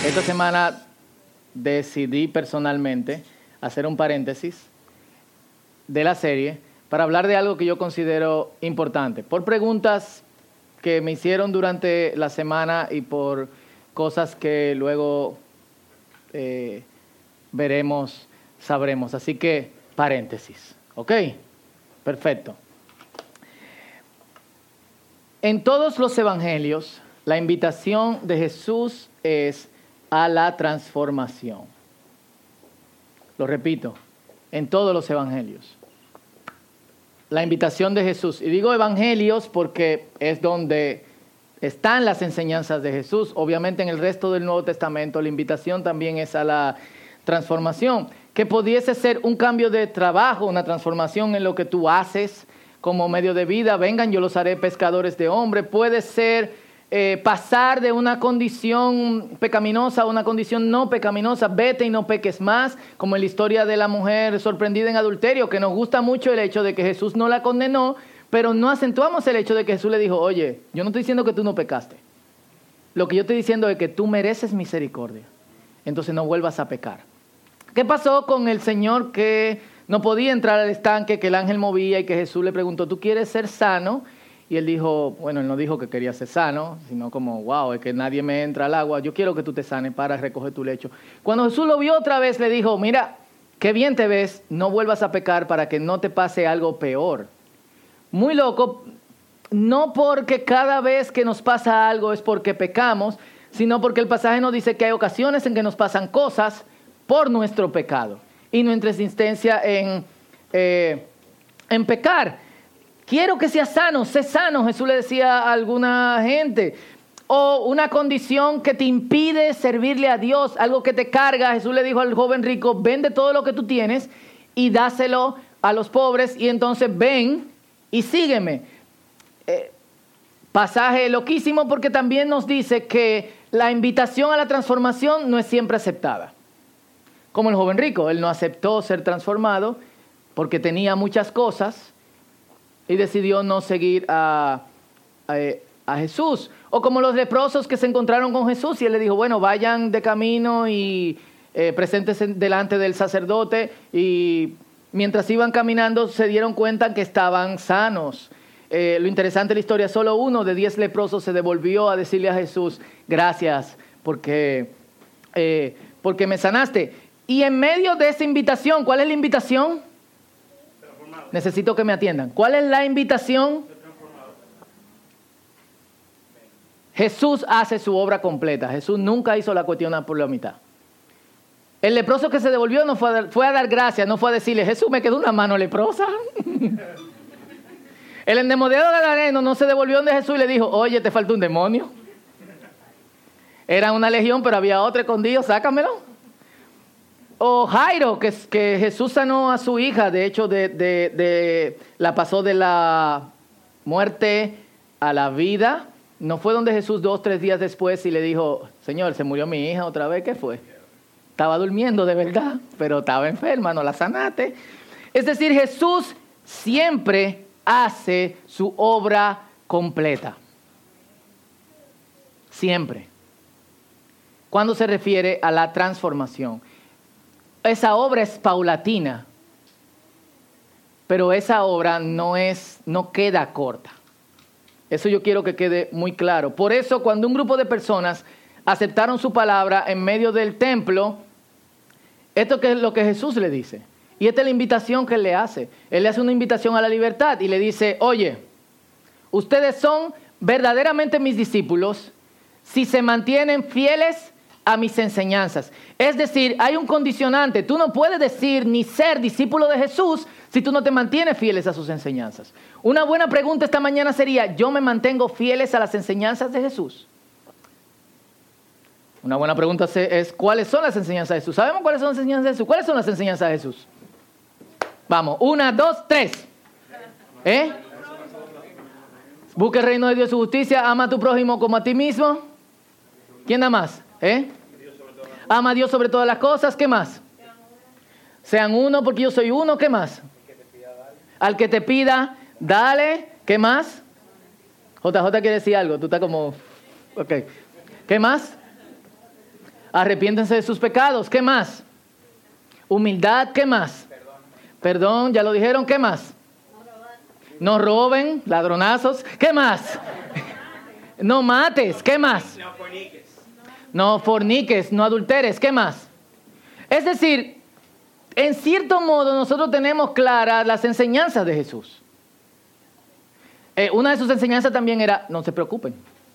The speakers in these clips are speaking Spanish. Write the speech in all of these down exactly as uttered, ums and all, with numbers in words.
Esta semana decidí personalmente hacer un paréntesis de la serie para hablar de algo que yo considero importante. Por preguntas que me hicieron durante la semana y por cosas que luego eh, veremos, sabremos. Así que, paréntesis. ¿Ok? Perfecto. En todos los evangelios, la invitación de Jesús es a la transformación. Lo repito, en todos los evangelios. La invitación de Jesús. Y digo evangelios porque es donde están las enseñanzas de Jesús. Obviamente en el resto del Nuevo Testamento la invitación también es a la transformación. Que pudiese ser un cambio de trabajo, una transformación en lo que tú haces como medio de vida. Vengan, yo los haré pescadores de hombres. Puede ser eh, pasar de una condición pecaminosa a una condición no pecaminosa. Vete y no peques más, como en la historia de la mujer sorprendida en adulterio, que nos gusta mucho el hecho de que Jesús no la condenó, pero no acentuamos el hecho de que Jesús le dijo, oye, yo no estoy diciendo que tú no pecaste. Lo que yo estoy diciendo es que tú mereces misericordia. Entonces no vuelvas a pecar. ¿Qué pasó con el señor que no podía entrar al estanque, que el ángel movía y que Jesús le preguntó, ¿tú quieres ser sano? Y él dijo, bueno, él no dijo que quería ser sano, sino como, wow, es que nadie me entra al agua, yo quiero que tú te sanes para recoger tu lecho. Cuando Jesús lo vio otra vez, le dijo, mira, qué bien te ves, no vuelvas a pecar para que no te pase algo peor. Muy loco, no porque cada vez que nos pasa algo es porque pecamos, sino porque el pasaje nos dice que hay ocasiones en que nos pasan cosas por nuestro pecado y nuestra insistencia en, eh, en pecar. Quiero que seas sano, sé sano, Jesús le decía a alguna gente. O una condición que te impide servirle a Dios, algo que te carga. Jesús le dijo al joven rico, vende todo lo que tú tienes y dáselo a los pobres y entonces ven y sígueme. Eh, pasaje loquísimo porque también nos dice que la invitación a la transformación no es siempre aceptada. Como el joven rico, él no aceptó ser transformado porque tenía muchas cosas y decidió no seguir a, a, a Jesús. O como los leprosos que se encontraron con Jesús y él le dijo, bueno, vayan de camino y eh, preséntense delante del sacerdote. Y mientras iban caminando se dieron cuenta que estaban sanos. Eh, lo interesante de la historia, solo uno de diez leprosos se devolvió a decirle a Jesús, gracias porque, eh, porque me sanaste. Y en medio de esa invitación, ¿cuál es la invitación? Necesito que me atiendan. ¿Cuál es la invitación? Jesús hace su obra completa. Jesús nunca hizo la cuestión por la mitad. El leproso que se devolvió no fue a dar, fue a dar gracias, no fue a decirle, Jesús, me quedó una mano leprosa. El endemoniado gadareno no se devolvió donde Jesús y le dijo, oye, te falta un demonio. Era una legión, pero había otro escondido, sácamelo. O Jairo, que, que Jesús sanó a su hija, de hecho de, de, de, la pasó de la muerte a la vida. No fue donde Jesús dos, tres días después y le dijo, Señor, se murió mi hija otra vez, ¿qué fue? Estaba durmiendo de verdad, pero estaba enferma, no la sanaste. Es decir, Jesús siempre hace su obra completa. Siempre. Cuando se refiere a la transformación. Esa obra es paulatina, pero esa obra no es, no queda corta. Eso yo quiero que quede muy claro. Por eso, cuando un grupo de personas aceptaron su palabra en medio del templo, esto es lo que Jesús le dice. Y esta es la invitación que él le hace. Él le hace una invitación a la libertad y le dice, oye, ustedes son verdaderamente mis discípulos si se mantienen fieles a mis enseñanzas. Es decir, hay un condicionante. Tú no puedes decir ni ser discípulo de Jesús si tú no te mantienes fieles a sus enseñanzas. Una buena pregunta esta mañana sería, ¿yo me mantengo fieles a las enseñanzas de Jesús? Una buena pregunta es, ¿cuáles son las enseñanzas de Jesús? ¿Sabemos cuáles son las enseñanzas de Jesús? ¿Cuáles son las enseñanzas de Jesús? Vamos, una, dos, tres. ¿Eh? Busca el reino de Dios y su justicia, ama a tu prójimo como a ti mismo. ¿Quién da más? ¿Eh? Ama a Dios sobre todas las cosas. ¿Qué más? Sean uno porque yo soy uno. ¿Qué más? Al que te pida, dale. ¿Qué más? J J quiere decir algo. Tú estás como... Ok. ¿Qué más? Arrepiéntense de sus pecados. ¿Qué más? Humildad. ¿Qué más? Perdón, Perdón ya lo dijeron. ¿Qué más? No roben, ladronazos. ¿Qué más? No mates. ¿Qué más? No forniques. No forniques, no adulteres. ¿Qué más? Es decir, en cierto modo nosotros tenemos claras las enseñanzas de Jesús. Eh, una de sus enseñanzas también era, no se preocupen.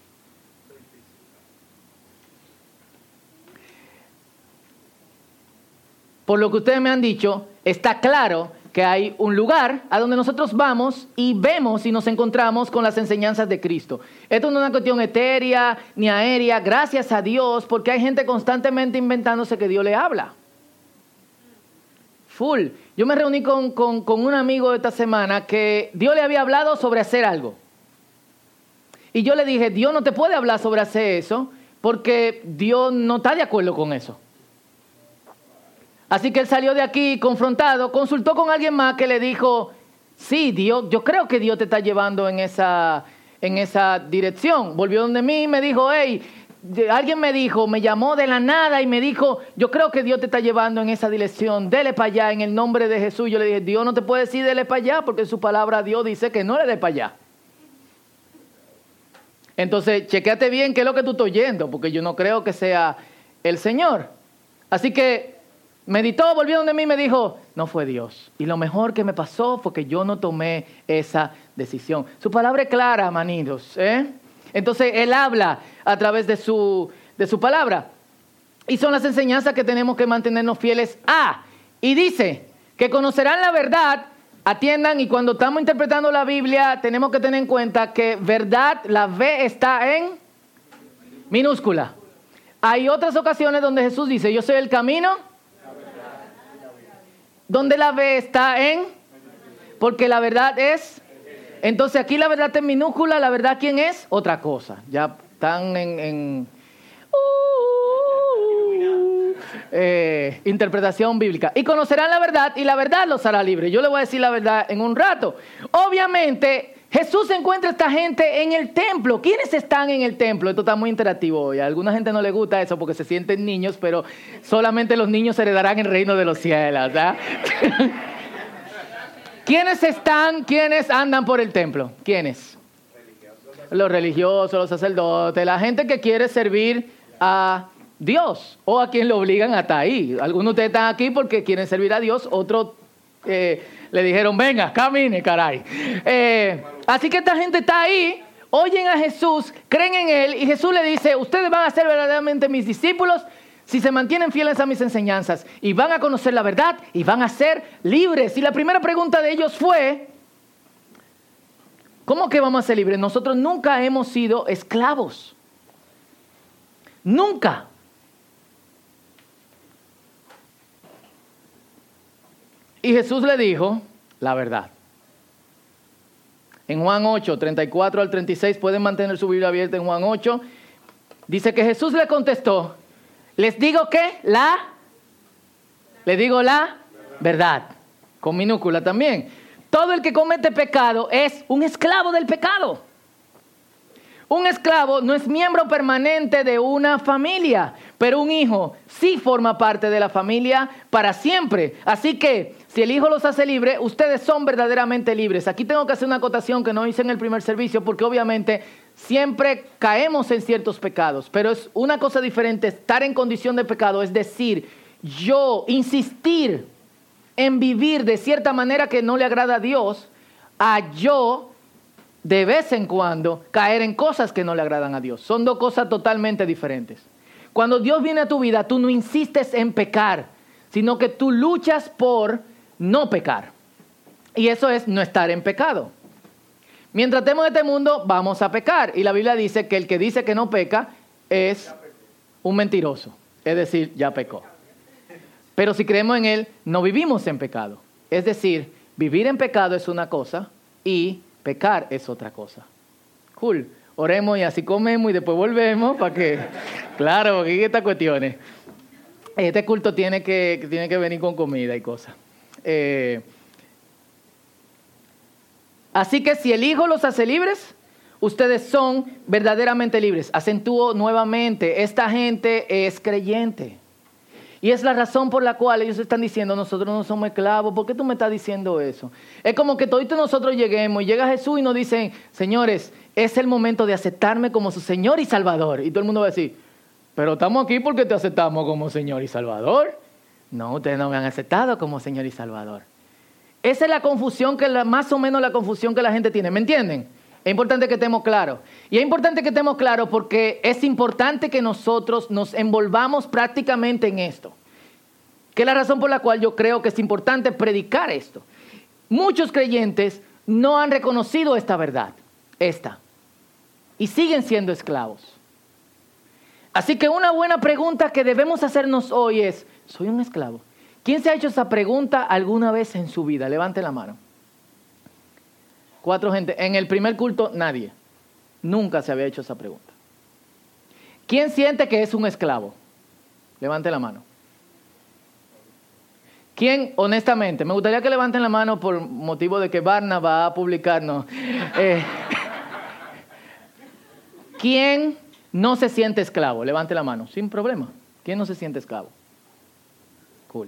Por lo que ustedes me han dicho, está claro que hay un lugar a donde nosotros vamos y vemos y nos encontramos con las enseñanzas de Cristo. Esto no es una cuestión etérea ni aérea, gracias a Dios, porque hay gente constantemente inventándose que Dios le habla. Full. Yo me reuní con, con, con un amigo esta semana que Dios le había hablado sobre hacer algo. Y yo le dije, Dios no te puede hablar sobre hacer eso porque Dios no está de acuerdo con eso. Así que él salió de aquí confrontado, consultó con alguien más que le dijo, sí, Dios, yo creo que Dios te está llevando en esa, en esa dirección. Volvió donde mí y me dijo, hey, alguien me dijo, me llamó de la nada y me dijo, yo creo que Dios te está llevando en esa dirección, dele para allá en el nombre de Jesús. Yo le dije, Dios no te puede decir dele para allá porque en su palabra Dios dice que no le dé para allá. Entonces, chequéate bien qué es lo que tú estás oyendo, porque yo no creo que sea el Señor. Así que meditó, volvió donde mí y me dijo, no fue Dios. Y lo mejor que me pasó fue que yo no tomé esa decisión. Su palabra es clara, manitos, ¿eh? Entonces, Él habla a través de su, de su palabra. Y son las enseñanzas que tenemos que mantenernos fieles a. Y dice que conocerán la verdad. Atiendan, y cuando estamos interpretando la Biblia, tenemos que tener en cuenta que verdad, la V está en minúscula. Hay otras ocasiones donde Jesús dice, yo soy el camino. ¿Dónde la V está en? Porque la verdad es... Entonces aquí la verdad es en minúscula, la verdad ¿quién es? Otra cosa. Ya están en... en uh, eh, interpretación bíblica. Y conocerán la verdad y la verdad los hará libres. Yo le voy a decir la verdad en un rato. Obviamente Jesús encuentra a esta gente en el templo. ¿Quiénes están en el templo? Esto está muy interactivo hoy. A alguna gente no le gusta eso porque se sienten niños, pero solamente los niños heredarán el reino de los cielos, ¿verdad? ¿Quiénes están? ¿Quiénes andan por el templo? ¿Quiénes? Los religiosos, los sacerdotes, la gente que quiere servir a Dios o a quien lo obligan a estar ahí. Algunos de ustedes están aquí porque quieren servir a Dios, otros eh, le dijeron, venga, camine, caray. Eh, así que esta gente está ahí, oyen a Jesús, creen en Él y Jesús le dice, ustedes van a ser verdaderamente mis discípulos si se mantienen fieles a mis enseñanzas y van a conocer la verdad y van a ser libres. Y la primera pregunta de ellos fue, ¿cómo que vamos a ser libres? Nosotros nunca hemos sido esclavos. Nunca. Y Jesús le dijo la verdad. En Juan ocho, treinta y cuatro al treinta y seis, pueden mantener su Biblia abierta en Juan ocho, dice que Jesús le contestó, les digo que la, le digo la verdad, con minúscula también. Todo el que comete pecado es un esclavo del pecado. Un esclavo no es miembro permanente de una familia, pero un hijo sí forma parte de la familia para siempre. Así que si el hijo los hace libres, ustedes son verdaderamente libres. Aquí tengo que hacer una acotación que no hice en el primer servicio, porque obviamente siempre caemos en ciertos pecados, pero es una cosa diferente estar en condición de pecado, es decir, yo insistir en vivir de cierta manera que no le agrada a Dios, a yo de vez en cuando caer en cosas que no le agradan a Dios. Son dos cosas totalmente diferentes. Cuando Dios viene a tu vida, tú no insistes en pecar, sino que tú luchas por no pecar. Y eso es no estar en pecado. Mientras estemos en este mundo, vamos a pecar. Y la Biblia dice que el que dice que no peca es un mentiroso. Es decir, ya pecó. Pero si creemos en Él, no vivimos en pecado. Es decir, vivir en pecado es una cosa y pecar es otra cosa. Cool. Oremos y así comemos y después volvemos para que... Claro, porque hay estas cuestiones. Este culto tiene que, tiene que venir con comida y cosas. Eh, así que si el Hijo los hace libres, ustedes son verdaderamente libres. Acentúo nuevamente, esta gente es creyente. Y es la razón por la cual ellos están diciendo, nosotros no somos esclavos. ¿Por qué tú me estás diciendo eso? Es como que toditos nosotros lleguemos y llega Jesús y nos dicen, señores, es el momento de aceptarme como su Señor y Salvador. Y todo el mundo va a decir, pero estamos aquí porque te aceptamos como Señor y Salvador. No, ustedes no me han aceptado como Señor y Salvador. Esa es la confusión, que la, más o menos la confusión que la gente tiene. ¿Me entienden? Es importante que estemos claros. Y es importante que estemos claros porque es importante que nosotros nos envolvamos prácticamente en esto. Que es la razón por la cual yo creo que es importante predicar esto. Muchos creyentes no han reconocido esta verdad, esta, y siguen siendo esclavos. Así que una buena pregunta que debemos hacernos hoy es, ¿soy un esclavo? ¿Quién se ha hecho esa pregunta alguna vez en su vida? Levante la mano. Cuatro gente. En el primer culto, nadie. Nunca se había hecho esa pregunta. ¿Quién siente que es un esclavo? Levante la mano. ¿Quién, honestamente? Me gustaría que levanten la mano por motivo de que Barna va a publicarnos. Eh, ¿Quién no se siente esclavo? Levante la mano, sin problema. ¿Quién no se siente esclavo? Cool.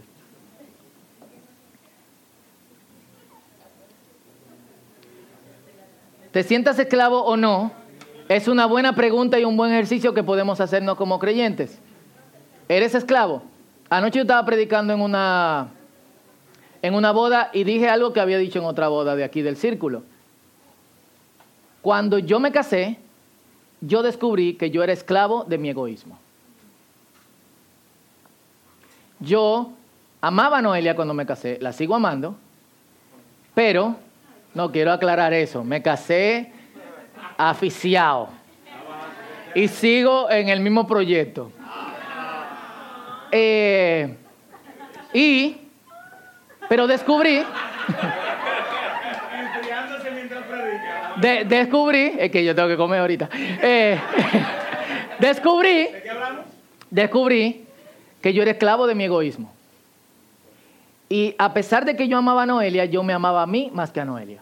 ¿Te sientas esclavo o no? Es una buena pregunta y un buen ejercicio que podemos hacernos como creyentes. ¿Eres esclavo? Anoche yo estaba predicando en una, en una boda y dije algo que había dicho en otra boda de aquí del círculo. Cuando yo me casé, yo descubrí que yo era esclavo de mi egoísmo. Yo amaba a Noelia cuando me casé, la sigo amando, pero... No, quiero aclarar eso. Me casé aficiado. Y sigo en el mismo proyecto. Eh, y, pero descubrí... de, descubrí... Es que yo tengo que comer ahorita. Eh, descubrí... ¿De qué hablamos? Descubrí que yo era esclavo de mi egoísmo. Y a pesar de que yo amaba a Noelia, yo me amaba a mí más que a Noelia.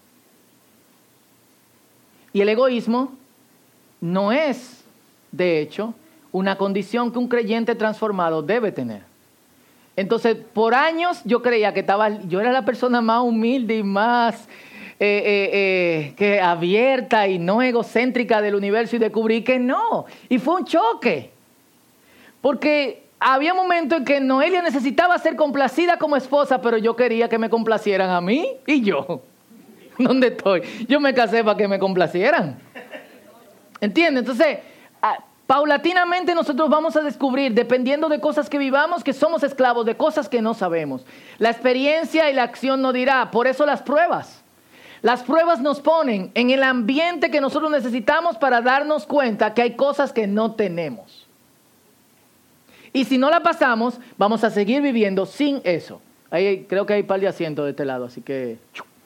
Y el egoísmo no es, de hecho, una condición que un creyente transformado debe tener. Entonces, por años yo creía que estaba, yo era la persona más humilde y más eh, eh, eh, que abierta y no egocéntrica del universo y descubrí que no. Y fue un choque. Porque había momentos en que Noelia necesitaba ser complacida como esposa, pero yo quería que me complacieran a mí y yo. ¿Dónde estoy? Yo me casé para que me complacieran. ¿Entiendes? Entonces, ah, paulatinamente nosotros vamos a descubrir, dependiendo de cosas que vivamos, que somos esclavos de cosas que no sabemos. La experiencia y la acción nos dirá, por eso las pruebas. Las pruebas nos ponen en el ambiente que nosotros necesitamos para darnos cuenta que hay cosas que no tenemos. Y si no la pasamos, vamos a seguir viviendo sin eso. Ahí, creo que hay un par de asientos de este lado, así que...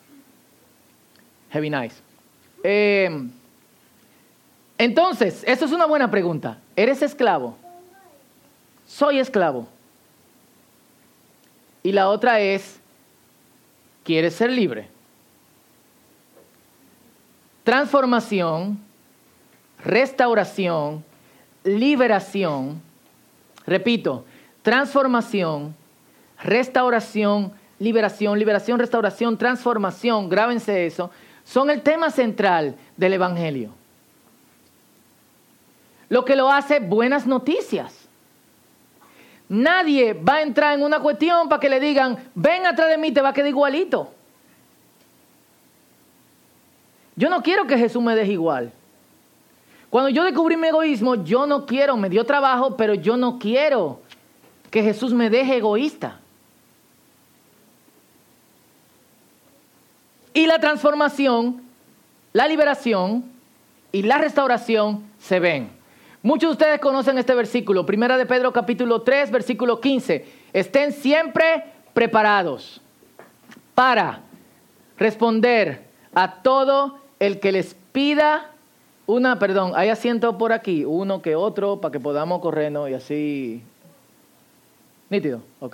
Heavy nice. Eh, entonces, eso es una buena pregunta. ¿Eres esclavo? Soy esclavo. Y la otra es, ¿quieres ser libre? Transformación, restauración, liberación. Repito, transformación, restauración, liberación, liberación, restauración, transformación. Grábense eso. Son el tema central del Evangelio. Lo que lo hace buenas noticias. Nadie va a entrar en una cuestión para que le digan, ven atrás de mí, te va a quedar igualito. Yo no quiero que Jesús me deje igual. Cuando yo descubrí mi egoísmo, yo no quiero, me dio trabajo, pero yo no quiero que Jesús me deje egoísta. Y la transformación, la liberación y la restauración se ven. Muchos de ustedes conocen este versículo, Primera de Pedro capítulo tres, versículo quince. Estén siempre preparados para responder a todo el que les pida una, perdón, hay asiento por aquí, uno que otro, para que podamos corrernos y así. Nítido, ok.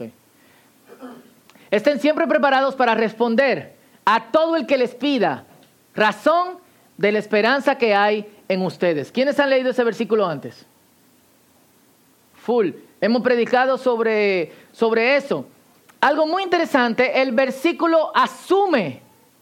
Estén siempre preparados para responder a todo el que les pida razón de la esperanza que hay en ustedes. ¿Quiénes han leído ese versículo antes? Full. Hemos predicado sobre, sobre eso. Algo muy interesante, el versículo asume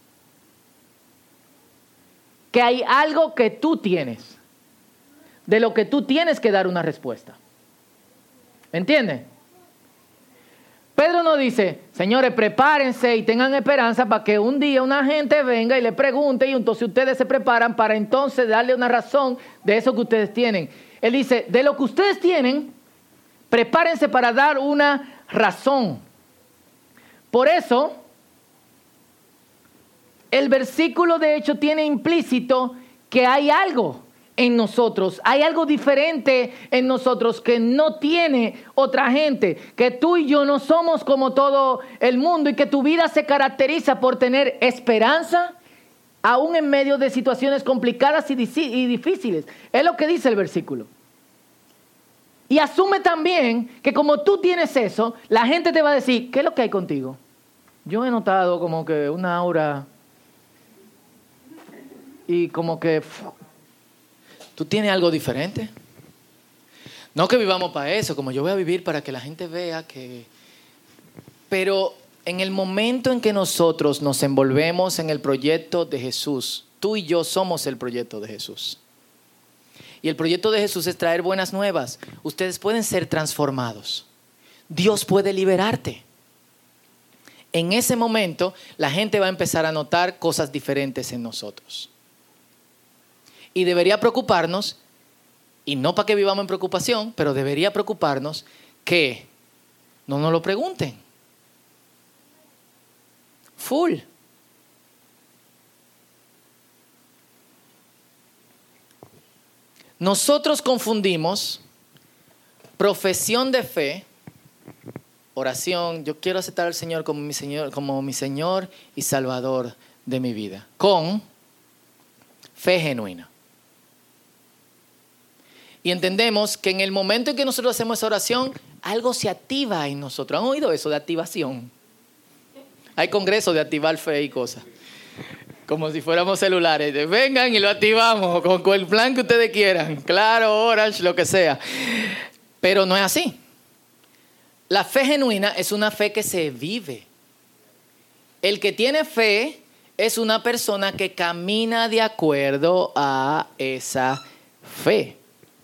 que hay algo que tú tienes, de lo que tú tienes que dar una respuesta. ¿Entiendes? Pedro no dice, señores, prepárense y tengan esperanza para que un día una gente venga y le pregunte y entonces ustedes se preparan para entonces darle una razón de eso que ustedes tienen. Él dice, de lo que ustedes tienen, prepárense para dar una razón. Por eso, el versículo de hecho tiene implícito que hay algo en nosotros, hay algo diferente en nosotros que no tiene otra gente, que tú y yo no somos como todo el mundo y que tu vida se caracteriza por tener esperanza, aún en medio de situaciones complicadas y difíciles. Es lo que dice el versículo. Y asume también que como tú tienes eso, la gente te va a decir, ¿qué es lo que hay contigo? Yo he notado como que una aura y como que tú tienes algo diferente. No que vivamos para eso, como yo voy a vivir para que la gente vea que... Pero en el momento en que nosotros nos envolvemos en el proyecto de Jesús, tú y yo somos el proyecto de Jesús. Y el proyecto de Jesús es traer buenas nuevas. Ustedes pueden ser transformados. Dios puede liberarte. En ese momento, la gente va a empezar a notar cosas diferentes en nosotros. Y debería preocuparnos, y no para que vivamos en preocupación, pero debería preocuparnos que no nos lo pregunten. Full. Nosotros confundimos profesión de fe, oración, yo quiero aceptar al Señor como mi Señor, como mi Señor y Salvador de mi vida, con fe genuina. Y entendemos que en el momento en que nosotros hacemos esa oración, algo se activa en nosotros. ¿Han oído eso de activación? Hay congresos de activar fe y cosas. Como si fuéramos celulares. De, vengan y lo activamos con, con el plan que ustedes quieran. Claro, Orange, lo que sea. Pero no es así. La fe genuina es una fe que se vive. El que tiene fe es una persona que camina de acuerdo a esa fe.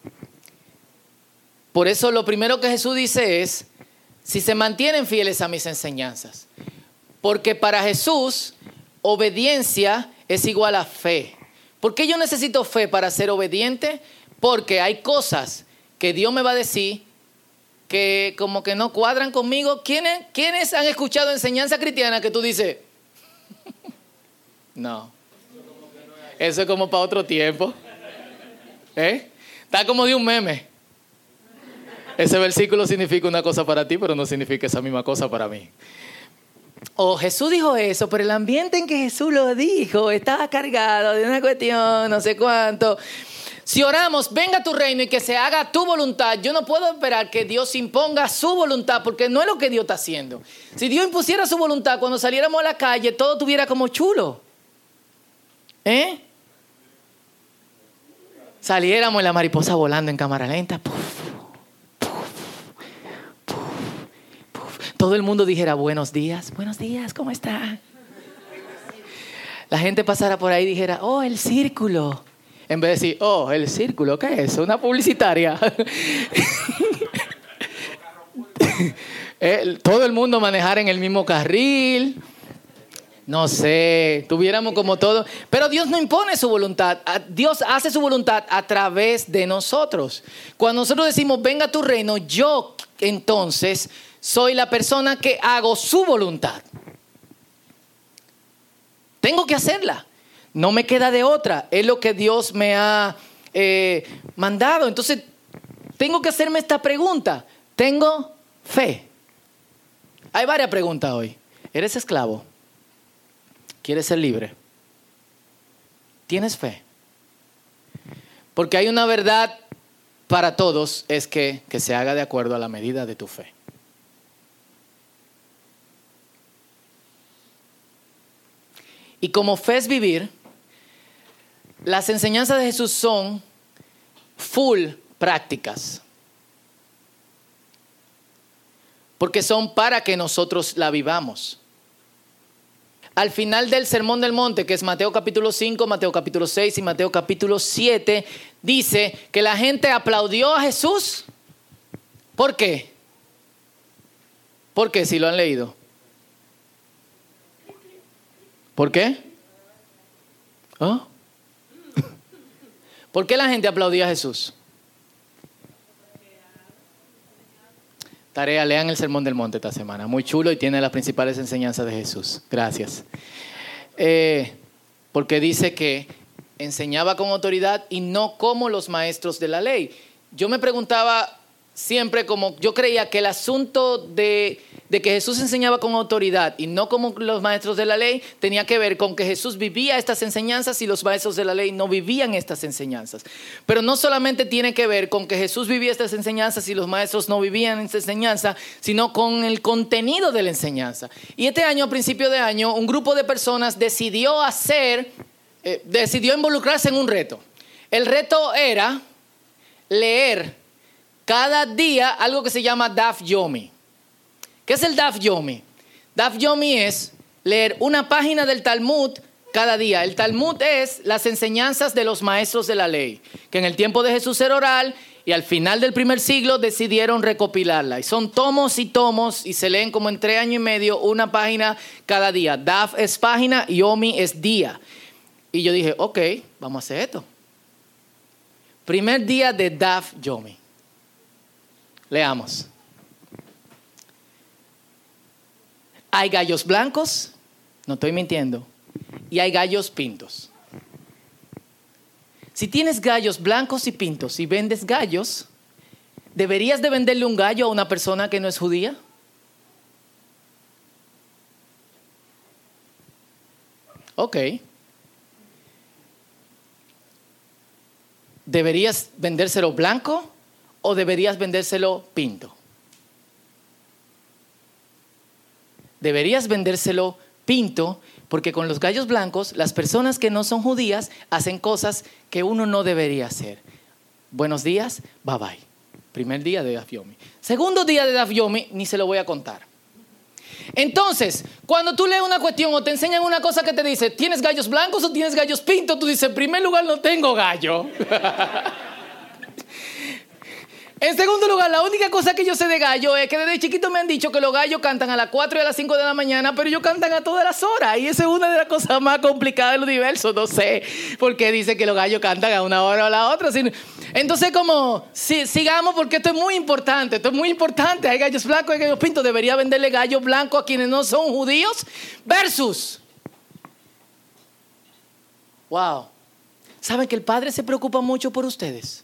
Por eso lo primero que Jesús dice es, si se mantienen fieles a mis enseñanzas. Porque para Jesús, obediencia es igual a fe. ¿Por qué yo necesito fe para ser obediente? Porque hay cosas que Dios me va a decir que como que no cuadran conmigo. ¿Quiénes, ¿quiénes han escuchado enseñanza cristiana que tú dices? No. Eso es como para otro tiempo. ¿Eh? Está como de un meme. Ese versículo significa una cosa para ti, pero no significa esa misma cosa para mí. O Jesús dijo eso, pero el ambiente en que Jesús lo dijo estaba cargado de una cuestión, no sé cuánto. Si oramos, venga tu reino y que se haga tu voluntad, yo no puedo esperar que Dios imponga su voluntad, porque no es lo que Dios está haciendo. Si Dios impusiera su voluntad, cuando saliéramos a la calle, todo estuviera como chulo. ¿Eh? Saliéramos y la mariposa volando en cámara lenta. Puf, puf, puf, puf. Todo el mundo dijera, buenos días, buenos días, ¿cómo está? La gente pasara por ahí y dijera, oh, el círculo. En vez de decir, oh, el círculo, ¿qué es? Una publicitaria. Todo el mundo manejar en el mismo carril. No sé, tuviéramos como todo. Pero Dios no impone su voluntad. Dios hace su voluntad a través de nosotros. Cuando nosotros decimos, venga tu reino, yo entonces soy la persona que hago su voluntad. Tengo que hacerla. No me queda de otra. Es lo que Dios me ha eh, mandado. Entonces, tengo que hacerme esta pregunta. ¿Tengo fe? Hay varias preguntas hoy. ¿Eres esclavo? ¿Quieres ser libre? ¿Tienes fe? Porque hay una verdad para todos, es que, que se haga de acuerdo a la medida de tu fe. Y como fe es vivir, las enseñanzas de Jesús son full prácticas. Porque son para que nosotros la vivamos. Al final del Sermón del Monte, que es Mateo capítulo cinco, Mateo capítulo seis y Mateo capítulo siete, dice que la gente aplaudió a Jesús. ¿Por qué? ¿Por qué? Si lo han leído. ¿Por qué? ¿Oh? ¿Por qué la gente aplaudía a Jesús? Tarea, lean el Sermón del Monte esta semana. Muy chulo y tiene las principales enseñanzas de Jesús. Gracias. Eh, porque dice que enseñaba con autoridad y no como los maestros de la ley. Yo me preguntaba siempre, como yo creía que el asunto de, de que Jesús enseñaba con autoridad y no como los maestros de la ley tenía que ver con que Jesús vivía estas enseñanzas y los maestros de la ley no vivían estas enseñanzas. Pero no solamente tiene que ver con que Jesús vivía estas enseñanzas y los maestros no vivían esta enseñanza, sino con el contenido de la enseñanza. Y este año, a principio de año, un grupo de personas decidió hacer, eh, decidió involucrarse en un reto. El reto era leer cada día algo que se llama Daf Yomi. ¿Qué es el Daf Yomi? Daf Yomi es leer una página del Talmud cada día. El Talmud es las enseñanzas de los maestros de la ley, que en el tiempo de Jesús era oral y al final del primer siglo decidieron recopilarla. Y son tomos y tomos y se leen como en tres años y medio una página cada día. Daf es página, Yomi es día. Y yo dije, ok, vamos a hacer esto. Primer día de Daf Yomi. Leamos. Hay gallos blancos, no estoy mintiendo, y hay gallos pintos. Si tienes gallos blancos y pintos y vendes gallos, ¿deberías de venderle un gallo a una persona que no es judía? Ok. ¿Deberías vendérselo blanco o deberías vendérselo pinto? Deberías vendérselo pinto, porque con los gallos blancos, las personas que no son judías hacen cosas que uno no debería hacer. Buenos días, bye bye. Primer día de Daf Yomi. Segundo día de Daf Yomi, ni se lo voy a contar. Entonces, cuando tú lees una cuestión o te enseñan una cosa que te dice, ¿tienes gallos blancos o tienes gallos pintos? Tú dices, en primer lugar, no tengo gallo. En segundo lugar, la única cosa que yo sé de gallo es que desde chiquito me han dicho que los gallos cantan a las cuatro y a las cinco de la mañana, pero ellos cantan a todas las horas. Y esa es una de las cosas más complicadas del universo. No sé por qué dice que los gallos cantan a una hora o a la otra. Entonces, como, si, sigamos, porque esto es muy importante. Esto es muy importante. Hay gallos blancos, hay gallos pintos. Debería venderle gallos blancos a quienes no son judíos. Versus. Wow. ¿Saben que el Padre se preocupa mucho por ustedes?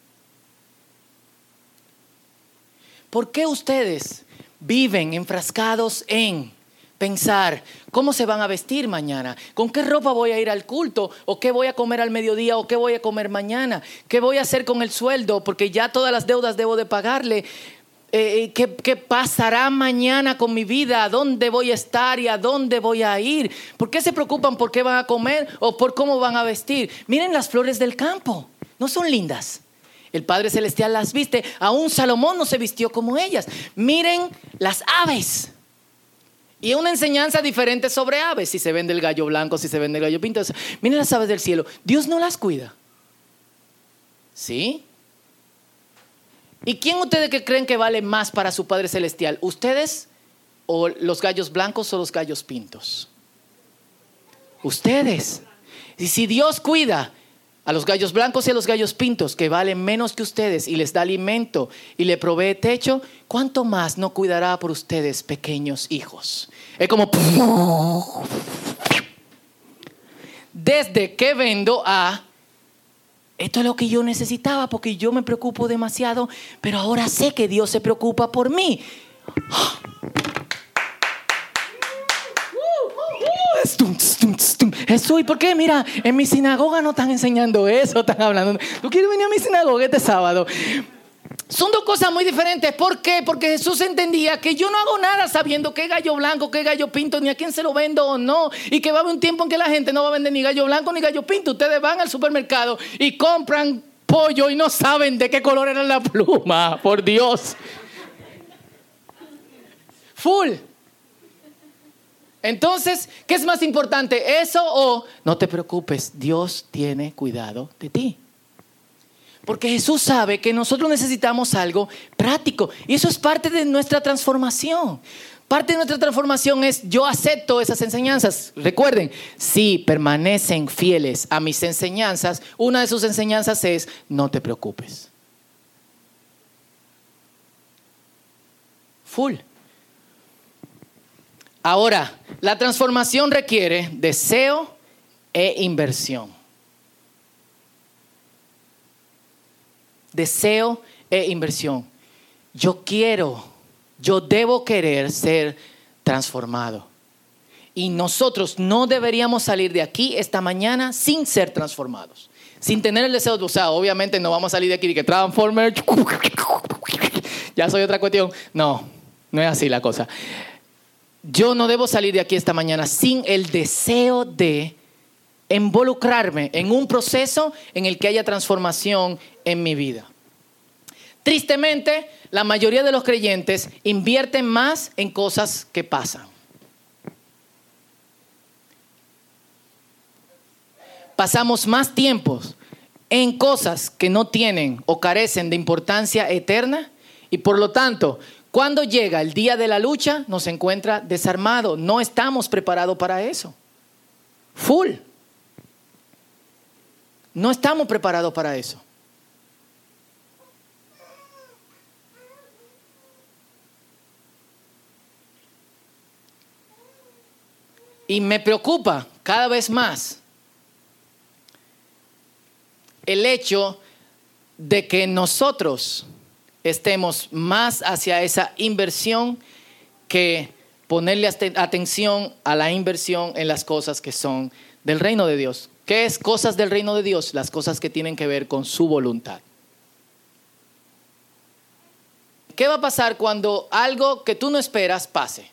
¿Por qué ustedes viven enfrascados en pensar cómo se van a vestir mañana? ¿Con qué ropa voy a ir al culto? ¿O qué voy a comer al mediodía? ¿O qué voy a comer mañana? ¿Qué voy a hacer con el sueldo? Porque ya todas las deudas debo de pagarle. Eh, ¿qué, ¿Qué pasará mañana con mi vida? ¿A dónde voy a estar y a dónde voy a ir? ¿Por qué se preocupan por qué van a comer o por cómo van a vestir? Miren las flores del campo. ¿No son lindas? El Padre Celestial las viste. Aún Salomón no se vistió como ellas. Miren las aves. Y una enseñanza diferente sobre aves. Si se vende el gallo blanco, si se vende el gallo pinto. Miren las aves del cielo. Dios no las cuida. ¿Sí? ¿Y quién ustedes que creen que vale más para su Padre Celestial? ¿Ustedes o los gallos blancos o los gallos pintos? Ustedes. Y si Dios cuida a los gallos blancos y a los gallos pintos, que valen menos que ustedes, y les da alimento y le provee techo, ¿cuánto más no cuidará por ustedes, pequeños hijos? Es como desde que vendo a esto es lo que yo necesitaba porque yo me preocupo demasiado, pero ahora sé que Dios se preocupa por mí. Jesús, ¿y por qué? Mira, en mi sinagoga no están enseñando eso, están hablando. ¿Tú quieres venir a mi sinagoga este sábado? Son dos cosas muy diferentes. ¿Por qué? Porque Jesús entendía que yo no hago nada sabiendo qué gallo blanco, qué gallo pinto, ni a quién se lo vendo o no. Y que va a haber un tiempo en que la gente no va a vender ni gallo blanco ni gallo pinto. Ustedes van al supermercado y compran pollo y no saben de qué color era la pluma. Por Dios. Full. Entonces, ¿qué es más importante? ¿Eso o no te preocupes, Dios tiene cuidado de ti? Porque Jesús sabe que nosotros necesitamos algo práctico. Y eso es parte de nuestra transformación. Parte de nuestra transformación es yo acepto esas enseñanzas. Recuerden, si permanecen fieles a mis enseñanzas, una de sus enseñanzas es no te preocupes. Full. Ahora, la transformación requiere deseo e inversión. Deseo e inversión. Yo quiero, yo debo querer ser transformado. Y nosotros no deberíamos salir de aquí esta mañana sin ser transformados. Sin tener el deseo de, o sea, obviamente no vamos a salir de aquí de que Transformer, ya soy otra cuestión. No, no es así la cosa. Yo no debo salir de aquí esta mañana sin el deseo de involucrarme en un proceso en el que haya transformación en mi vida. Tristemente, la mayoría de los creyentes invierten más en cosas que pasan. Pasamos más tiempo en cosas que no tienen o carecen de importancia eterna y por lo tanto, cuando llega el día de la lucha, nos encuentra desarmado. No estamos preparados para eso. Full. No estamos preparados para eso. Y me preocupa cada vez más el hecho de que nosotros estemos más hacia esa inversión que ponerle atención a la inversión en las cosas que son del reino de Dios. ¿Qué es cosas del reino de Dios? Las cosas que tienen que ver con su voluntad. ¿Qué va a pasar cuando algo que tú no esperas pase?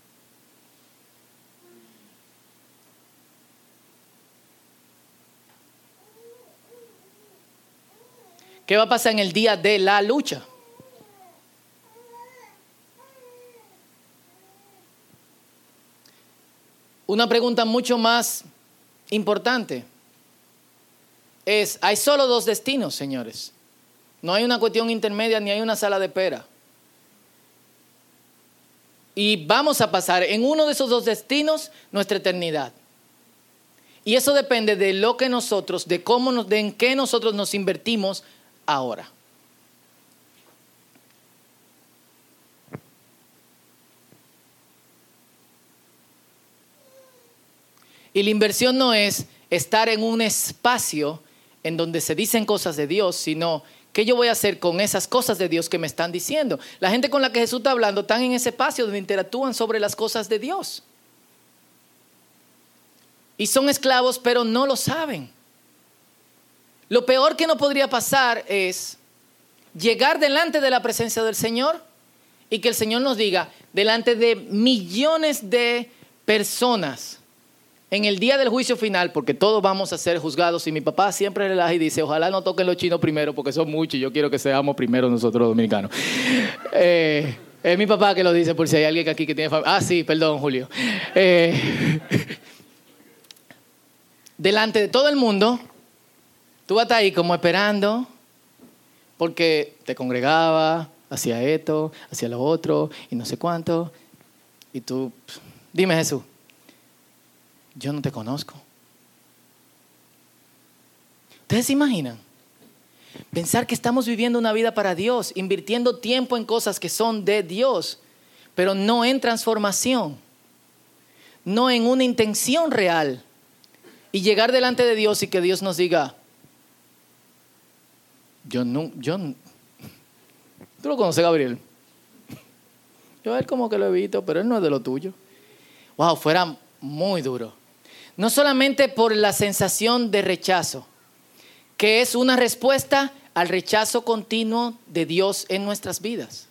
¿Qué va a pasar en el día de la lucha? Una pregunta mucho más importante es, hay solo dos destinos, señores. No hay una cuestión intermedia ni hay una sala de espera. Y vamos a pasar en uno de esos dos destinos nuestra eternidad. Y eso depende de lo que nosotros, de cómo, nos, de en qué nosotros nos invertimos ahora. Y la inversión no es estar en un espacio en donde se dicen cosas de Dios, sino ¿qué yo voy a hacer con esas cosas de Dios que me están diciendo? La gente con la que Jesús está hablando están en ese espacio donde interactúan sobre las cosas de Dios. Y son esclavos, pero no lo saben. Lo peor que no podría pasar es llegar delante de la presencia del Señor y que el Señor nos diga, delante de millones de personas, en el día del juicio final, porque todos vamos a ser juzgados, y mi papá siempre relaja y dice, ojalá no toquen los chinos primero, porque son muchos y yo quiero que seamos primero nosotros los dominicanos. Eh, es mi papá que lo dice, por si hay alguien aquí que tiene familia. Ah, sí, perdón, Julio. Eh, delante de todo el mundo, tú vas a estar ahí como esperando, porque te congregaba, hacía esto, hacía lo otro, y no sé cuánto. Y tú, dime Jesús, yo no te conozco. ¿Ustedes se imaginan? Pensar que estamos viviendo una vida para Dios, invirtiendo tiempo en cosas que son de Dios, pero no en transformación, no en una intención real. Y llegar delante de Dios y que Dios nos diga, yo no, yo no. ¿Tú lo conoces, Gabriel? Yo a él como que lo evito, pero él no es de lo tuyo. Wow, fuera muy duro. No solamente por la sensación de rechazo, que es una respuesta al rechazo continuo de Dios en nuestras vidas.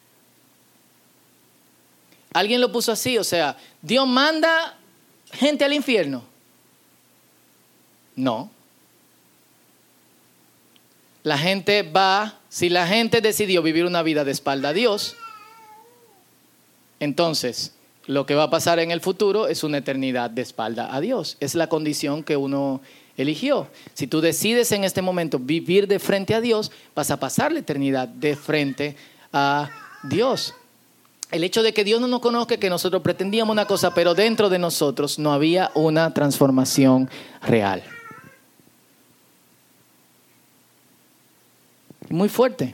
Alguien lo puso así, o sea, ¿Dios manda gente al infierno? No. La gente va, si la gente decidió vivir una vida de espalda a Dios, entonces lo que va a pasar en el futuro es una eternidad de espalda a Dios. Es la condición que uno eligió. Si tú decides en este momento vivir de frente a Dios, vas a pasar la eternidad de frente a Dios. El hecho de que Dios no nos conozca, que nosotros pretendíamos una cosa, pero dentro de nosotros no había una transformación real. Muy fuerte.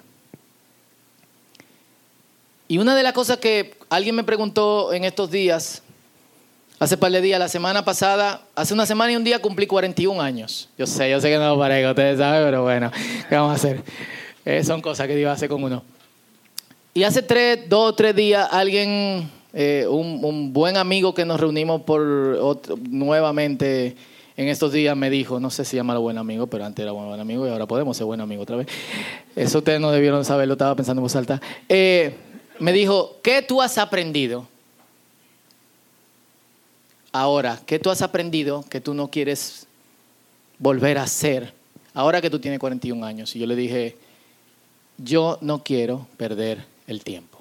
Y una de las cosas que alguien me preguntó en estos días, hace par de días, la semana pasada, hace una semana y un día cumplí cuarenta y un años. Yo sé, yo sé que no lo parezco, ustedes saben, pero bueno, ¿qué vamos a hacer? Eh, son cosas que Dios hace con uno. Y hace tres, dos o tres días, alguien, eh, un, un buen amigo que nos reunimos por otro, nuevamente en estos días me dijo, no sé si llamarlo buen amigo, pero antes era buen, buen amigo y ahora podemos ser buen amigo otra vez. Eso ustedes no debieron saberlo, estaba pensando en voz alta. Eh, me dijo, ¿qué tú has aprendido? Ahora, ¿qué tú has aprendido que tú no quieres volver a hacer ahora que tú tienes cuarenta y un años? Y yo le dije, yo no quiero perder el tiempo.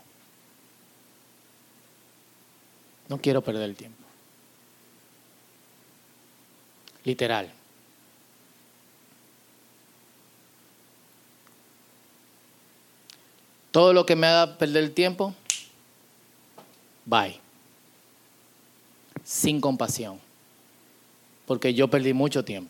No quiero perder el tiempo. Literal. Todo lo que me haga perder el tiempo, bye. Sin compasión. Porque yo perdí mucho tiempo.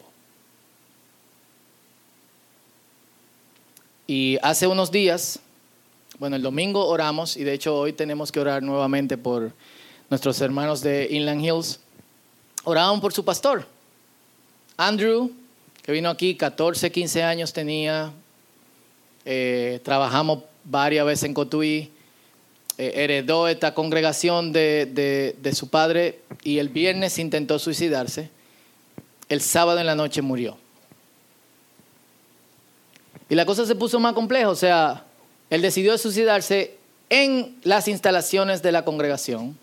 Y hace unos días, bueno, el domingo oramos y de hecho hoy tenemos que orar nuevamente por nuestros hermanos de Inland Hills. Oraban por su pastor. Andrew, que vino aquí, catorce, quince años tenía. Eh, trabajamos varias veces en Cotuí. Eh, heredó esta congregación de, de, de su padre y el viernes intentó suicidarse. El sábado en la noche murió. Y la cosa se puso más compleja, o sea, él decidió suicidarse en las instalaciones de la congregación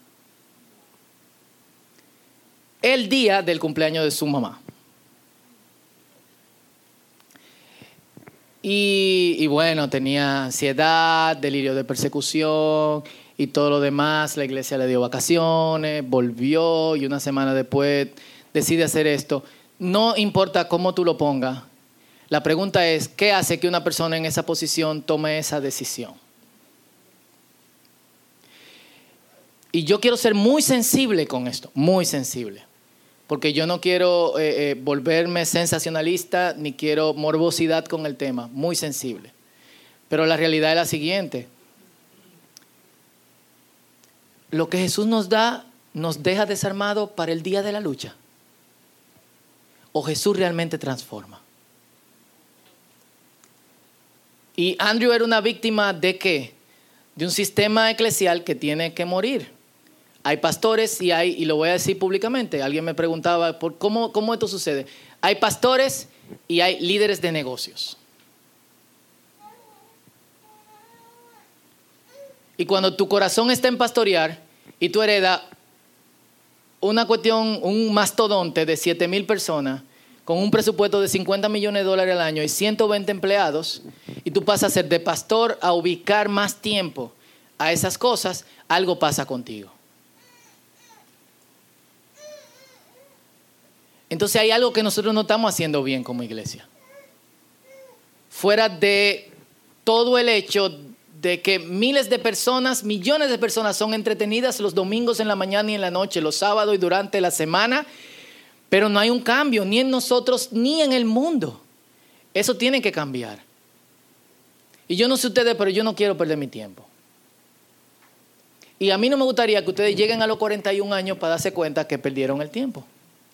el día del cumpleaños de su mamá. Y, y bueno, tenía ansiedad, delirio de persecución y todo lo demás. La iglesia le dio vacaciones, volvió y una semana después decide hacer esto. No importa cómo tú lo pongas. La pregunta es, ¿qué hace que una persona en esa posición tome esa decisión? Y yo quiero ser muy sensible con esto, muy sensible. Porque yo no quiero eh, eh, volverme sensacionalista ni quiero morbosidad con el tema, muy sensible. Pero la realidad es la siguiente. Lo que Jesús nos da nos deja desarmado para el día de la lucha. ¿O Jesús realmente transforma? Y Andrew era una víctima ¿de qué? De un sistema eclesial que tiene que morir. Hay pastores y hay, y lo voy a decir públicamente, alguien me preguntaba por cómo, cómo esto sucede. Hay pastores y hay líderes de negocios. Y cuando tu corazón está en pastorear y tú heredas una cuestión, un mastodonte de siete mil personas con un presupuesto de cincuenta millones de dólares al año y ciento veinte empleados, y tú pasas a ser de pastor a ubicar más tiempo a esas cosas, algo pasa contigo. Entonces hay algo que nosotros no estamos haciendo bien como iglesia. Fuera de todo el hecho de que miles de personas, millones de personas son entretenidas los domingos en la mañana y en la noche, los sábados y durante la semana, pero no hay un cambio ni en nosotros ni en el mundo. Eso tiene que cambiar. Y yo no sé ustedes, pero yo no quiero perder mi tiempo. Y a mí no me gustaría que ustedes lleguen a los cuarenta y un años para darse cuenta que perdieron el tiempo.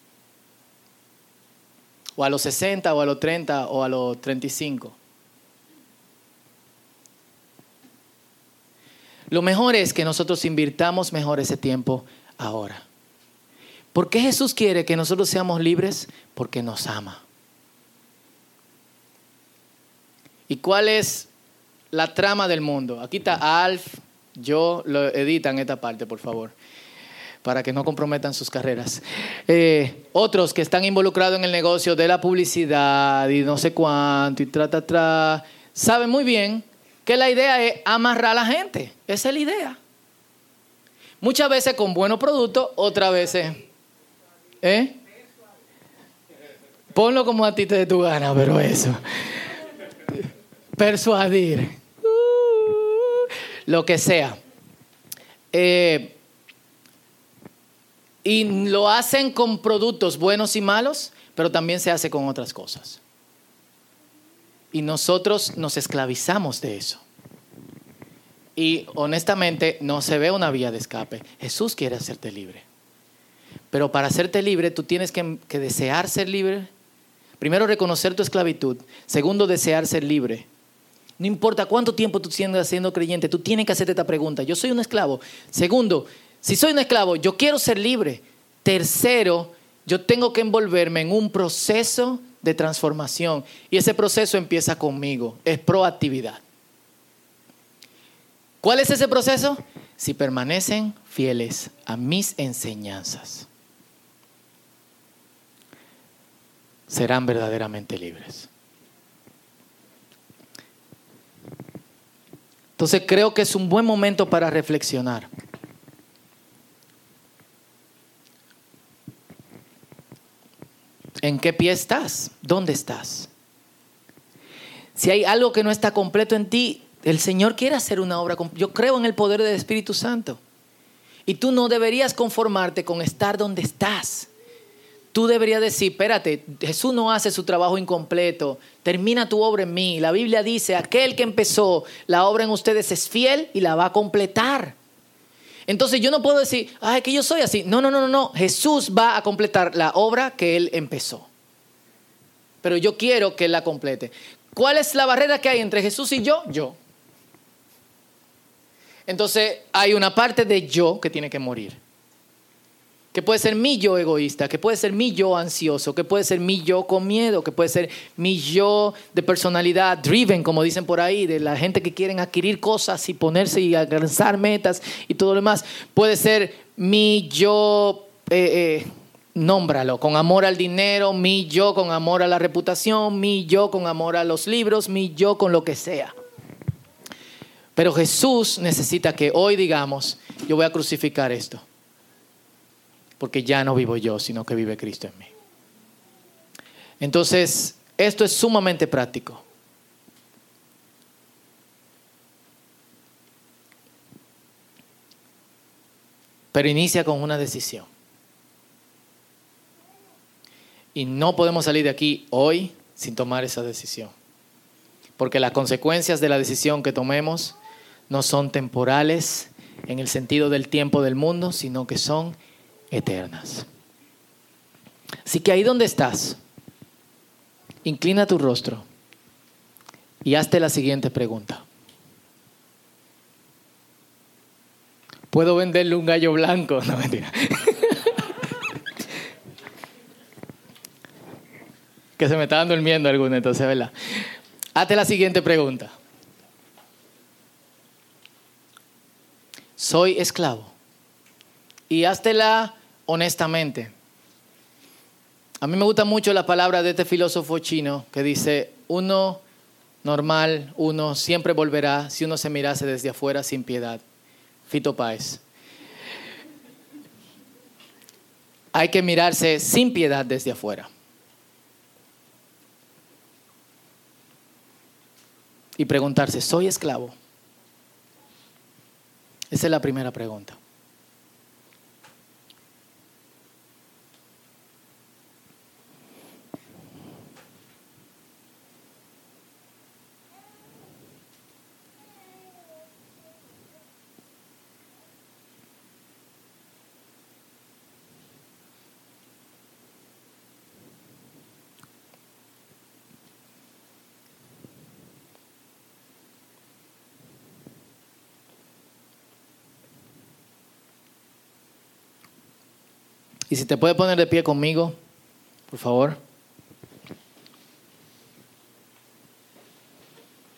O a los sesenta, o a los treinta, o a los treinta y cinco. Lo mejor es que nosotros invirtamos mejor ese tiempo ahora. ¿Por qué Jesús quiere que nosotros seamos libres? Porque nos ama. ¿Y cuál es la trama del mundo? Aquí está Alf, yo, lo editan esta parte, por favor, para que no comprometan sus carreras. Eh, otros que están involucrados en el negocio de la publicidad y no sé cuánto, y tra, tra, tra, saben muy bien que la idea es amarrar a la gente. Esa es la idea. Muchas veces con buenos productos, otras veces... ¿Eh? Ponlo como a ti te dé tu gana, pero eso. Persuadir. Uh, lo que sea. Eh, y lo hacen con productos buenos y malos, pero también se hace con otras cosas. Y nosotros nos esclavizamos de eso. Y honestamente no se ve una vía de escape. Jesús quiere hacerte libre. Pero para hacerte libre tú tienes que, que desear ser libre. Primero, reconocer tu esclavitud. Segundo, desear ser libre. No importa cuánto tiempo tú sientas siendo creyente, tú tienes que hacerte esta pregunta. ¿Yo soy un esclavo? Segundo, si soy un esclavo, yo quiero ser libre. Tercero, yo tengo que envolverme en un proceso de transformación. Y ese proceso empieza conmigo. Es proactividad. ¿Cuál es ese proceso? Si permanecen fieles a mis enseñanzas, serán verdaderamente libres. Entonces creo que es un buen momento para reflexionar. ¿En qué pie estás? ¿Dónde estás? Si hay algo que no está completo en ti, el Señor quiere hacer una obra. Yo creo en el poder del Espíritu Santo. Y tú no deberías conformarte con estar donde estás. Tú deberías decir, espérate, Jesús no hace su trabajo incompleto. Termina tu obra en mí. La Biblia dice, aquel que empezó la obra en ustedes es fiel y la va a completar. Entonces yo no puedo decir, ay, que yo soy así. No, no, no, no, no. Jesús va a completar la obra que Él empezó. Pero yo quiero que Él la complete. ¿Cuál es la barrera que hay entre Jesús y yo? Yo. Entonces hay una parte de yo que tiene que morir. Que puede ser mi yo egoísta, que puede ser mi yo ansioso, que puede ser mi yo con miedo, que puede ser mi yo de personalidad driven, como dicen por ahí, de la gente que quieren adquirir cosas y ponerse y alcanzar metas y todo lo demás. Puede ser mi yo, eh, eh, nómbralo, con amor al dinero, mi yo con amor a la reputación, mi yo con amor a los libros, mi yo con lo que sea. Pero Jesús necesita que hoy digamos, yo voy a crucificar esto. Porque ya no vivo yo, sino que vive Cristo en mí. Entonces, esto es sumamente práctico. Pero inicia con una decisión. Y no podemos salir de aquí hoy sin tomar esa decisión. Porque las consecuencias de la decisión que tomemos no son temporales en el sentido del tiempo del mundo, sino que son eternas. Así que ahí donde estás, inclina tu rostro y hazte la siguiente pregunta. ¿Puedo venderle un gallo blanco? No, mentira. Que se me estaban durmiendo algunos, entonces, ¿verdad? Hazte la siguiente pregunta. ¿Soy esclavo? Y háztela honestamente. A mí me gusta mucho la palabra de este filósofo chino que dice, uno normal, uno siempre volverá si uno se mirase desde afuera sin piedad. Fito Páez. Hay que mirarse sin piedad desde afuera. Y preguntarse, ¿soy esclavo? Esa es la primera pregunta. Y si te puedes poner de pie conmigo, por favor.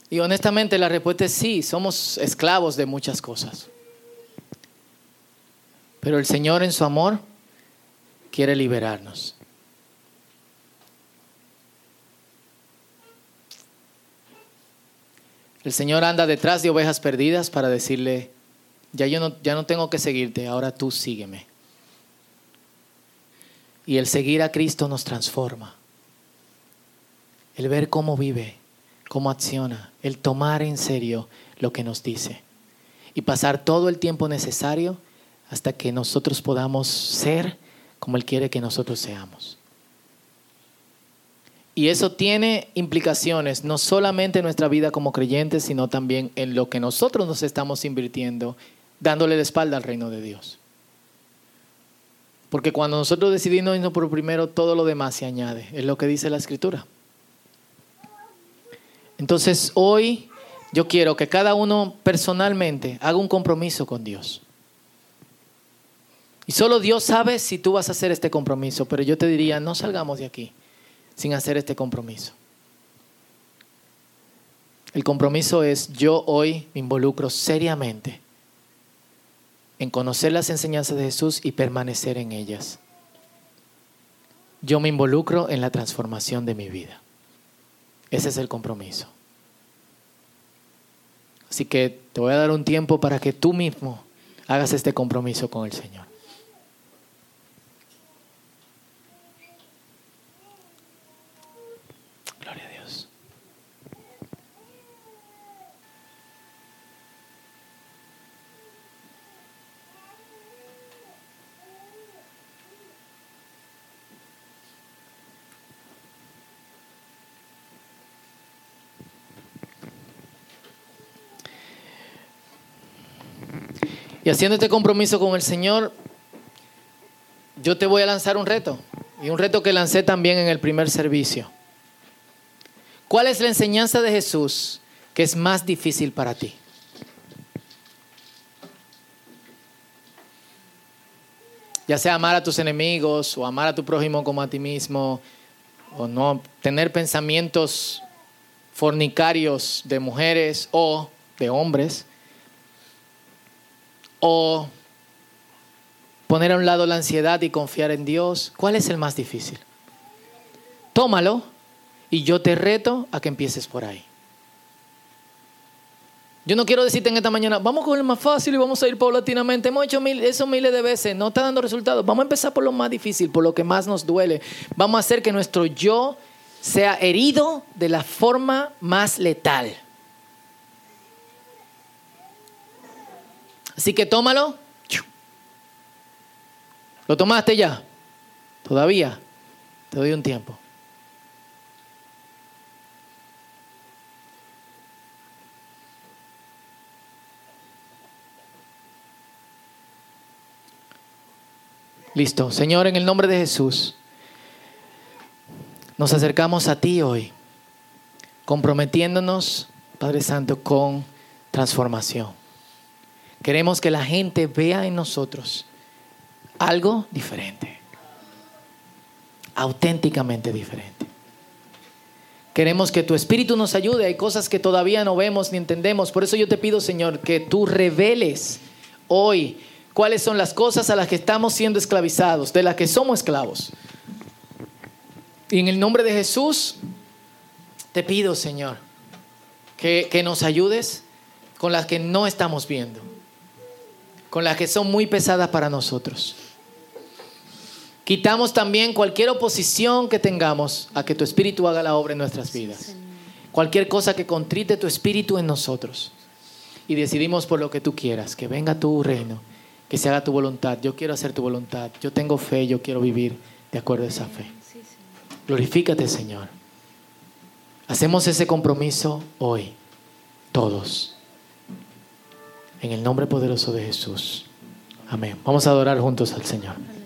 Y honestamente la respuesta es sí, somos esclavos de muchas cosas. Pero el Señor en su amor quiere liberarnos. El Señor anda detrás de ovejas perdidas para decirle, ya yo no, ya no tengo que seguirte, ahora tú sígueme. Y el seguir a Cristo nos transforma. El ver cómo vive, cómo acciona, el tomar en serio lo que nos dice. Y pasar todo el tiempo necesario hasta que nosotros podamos ser como Él quiere que nosotros seamos. Y eso tiene implicaciones no solamente en nuestra vida como creyentes, sino también en lo que nosotros nos estamos invirtiendo, dándole la espalda al reino de Dios. Porque cuando nosotros decidimos irnos por primero, todo lo demás se añade. Es lo que dice la Escritura. Entonces hoy yo quiero que cada uno personalmente haga un compromiso con Dios. Y solo Dios sabe si tú vas a hacer este compromiso, pero yo te diría, no salgamos de aquí sin hacer este compromiso. El compromiso es, yo hoy me involucro seriamente en conocer las enseñanzas de Jesús y permanecer en ellas. Yo me involucro en la transformación de mi vida. Ese es el compromiso. Así que te voy a dar un tiempo para que tú mismo hagas este compromiso con el Señor. Gloria a Dios. Y haciendo este compromiso con el Señor, yo te voy a lanzar un reto. Y un reto que lancé también en el primer servicio. ¿Cuál es la enseñanza de Jesús que es más difícil para ti? Ya sea amar a tus enemigos o amar a tu prójimo como a ti mismo, o no tener pensamientos fornicarios de mujeres o de hombres, o poner a un lado la ansiedad y confiar en Dios. ¿Cuál es el más difícil? Tómalo y yo te reto a que empieces por ahí. Yo no quiero decirte en esta mañana, vamos con el más fácil y vamos a ir paulatinamente. Hemos hecho mil, eso miles de veces, no está dando resultados. Vamos a empezar por lo más difícil, por lo que más nos duele. Vamos a hacer que nuestro yo sea herido de la forma más letal. Así que tómalo. ¿Lo tomaste ya? Todavía. Te doy un tiempo. Listo. Señor, en el nombre de Jesús, nos acercamos a ti hoy, comprometiéndonos, Padre Santo, con transformación. Queremos que la gente vea en nosotros algo diferente, auténticamente diferente. Queremos que tu Espíritu nos ayude. Hay cosas que todavía no vemos ni entendemos. Por eso yo te pido, Señor, que tú reveles hoy cuáles son las cosas a las que estamos siendo esclavizados, de las que somos esclavos. Y en el nombre de Jesús, te pido, Señor, que, que nos ayudes con las que no estamos viendo, con las que son muy pesadas para nosotros. Quitamos también cualquier oposición que tengamos a que tu Espíritu haga la obra en nuestras vidas. Cualquier cosa que contrite tu Espíritu en nosotros. Y decidimos por lo que tú quieras, que venga tu reino, que se haga tu voluntad. Yo quiero hacer tu voluntad. Yo tengo fe, yo quiero vivir de acuerdo a esa fe. Glorifícate, Señor. Hacemos ese compromiso hoy, todos. En el nombre poderoso de Jesús. Amén. Vamos a adorar juntos al Señor.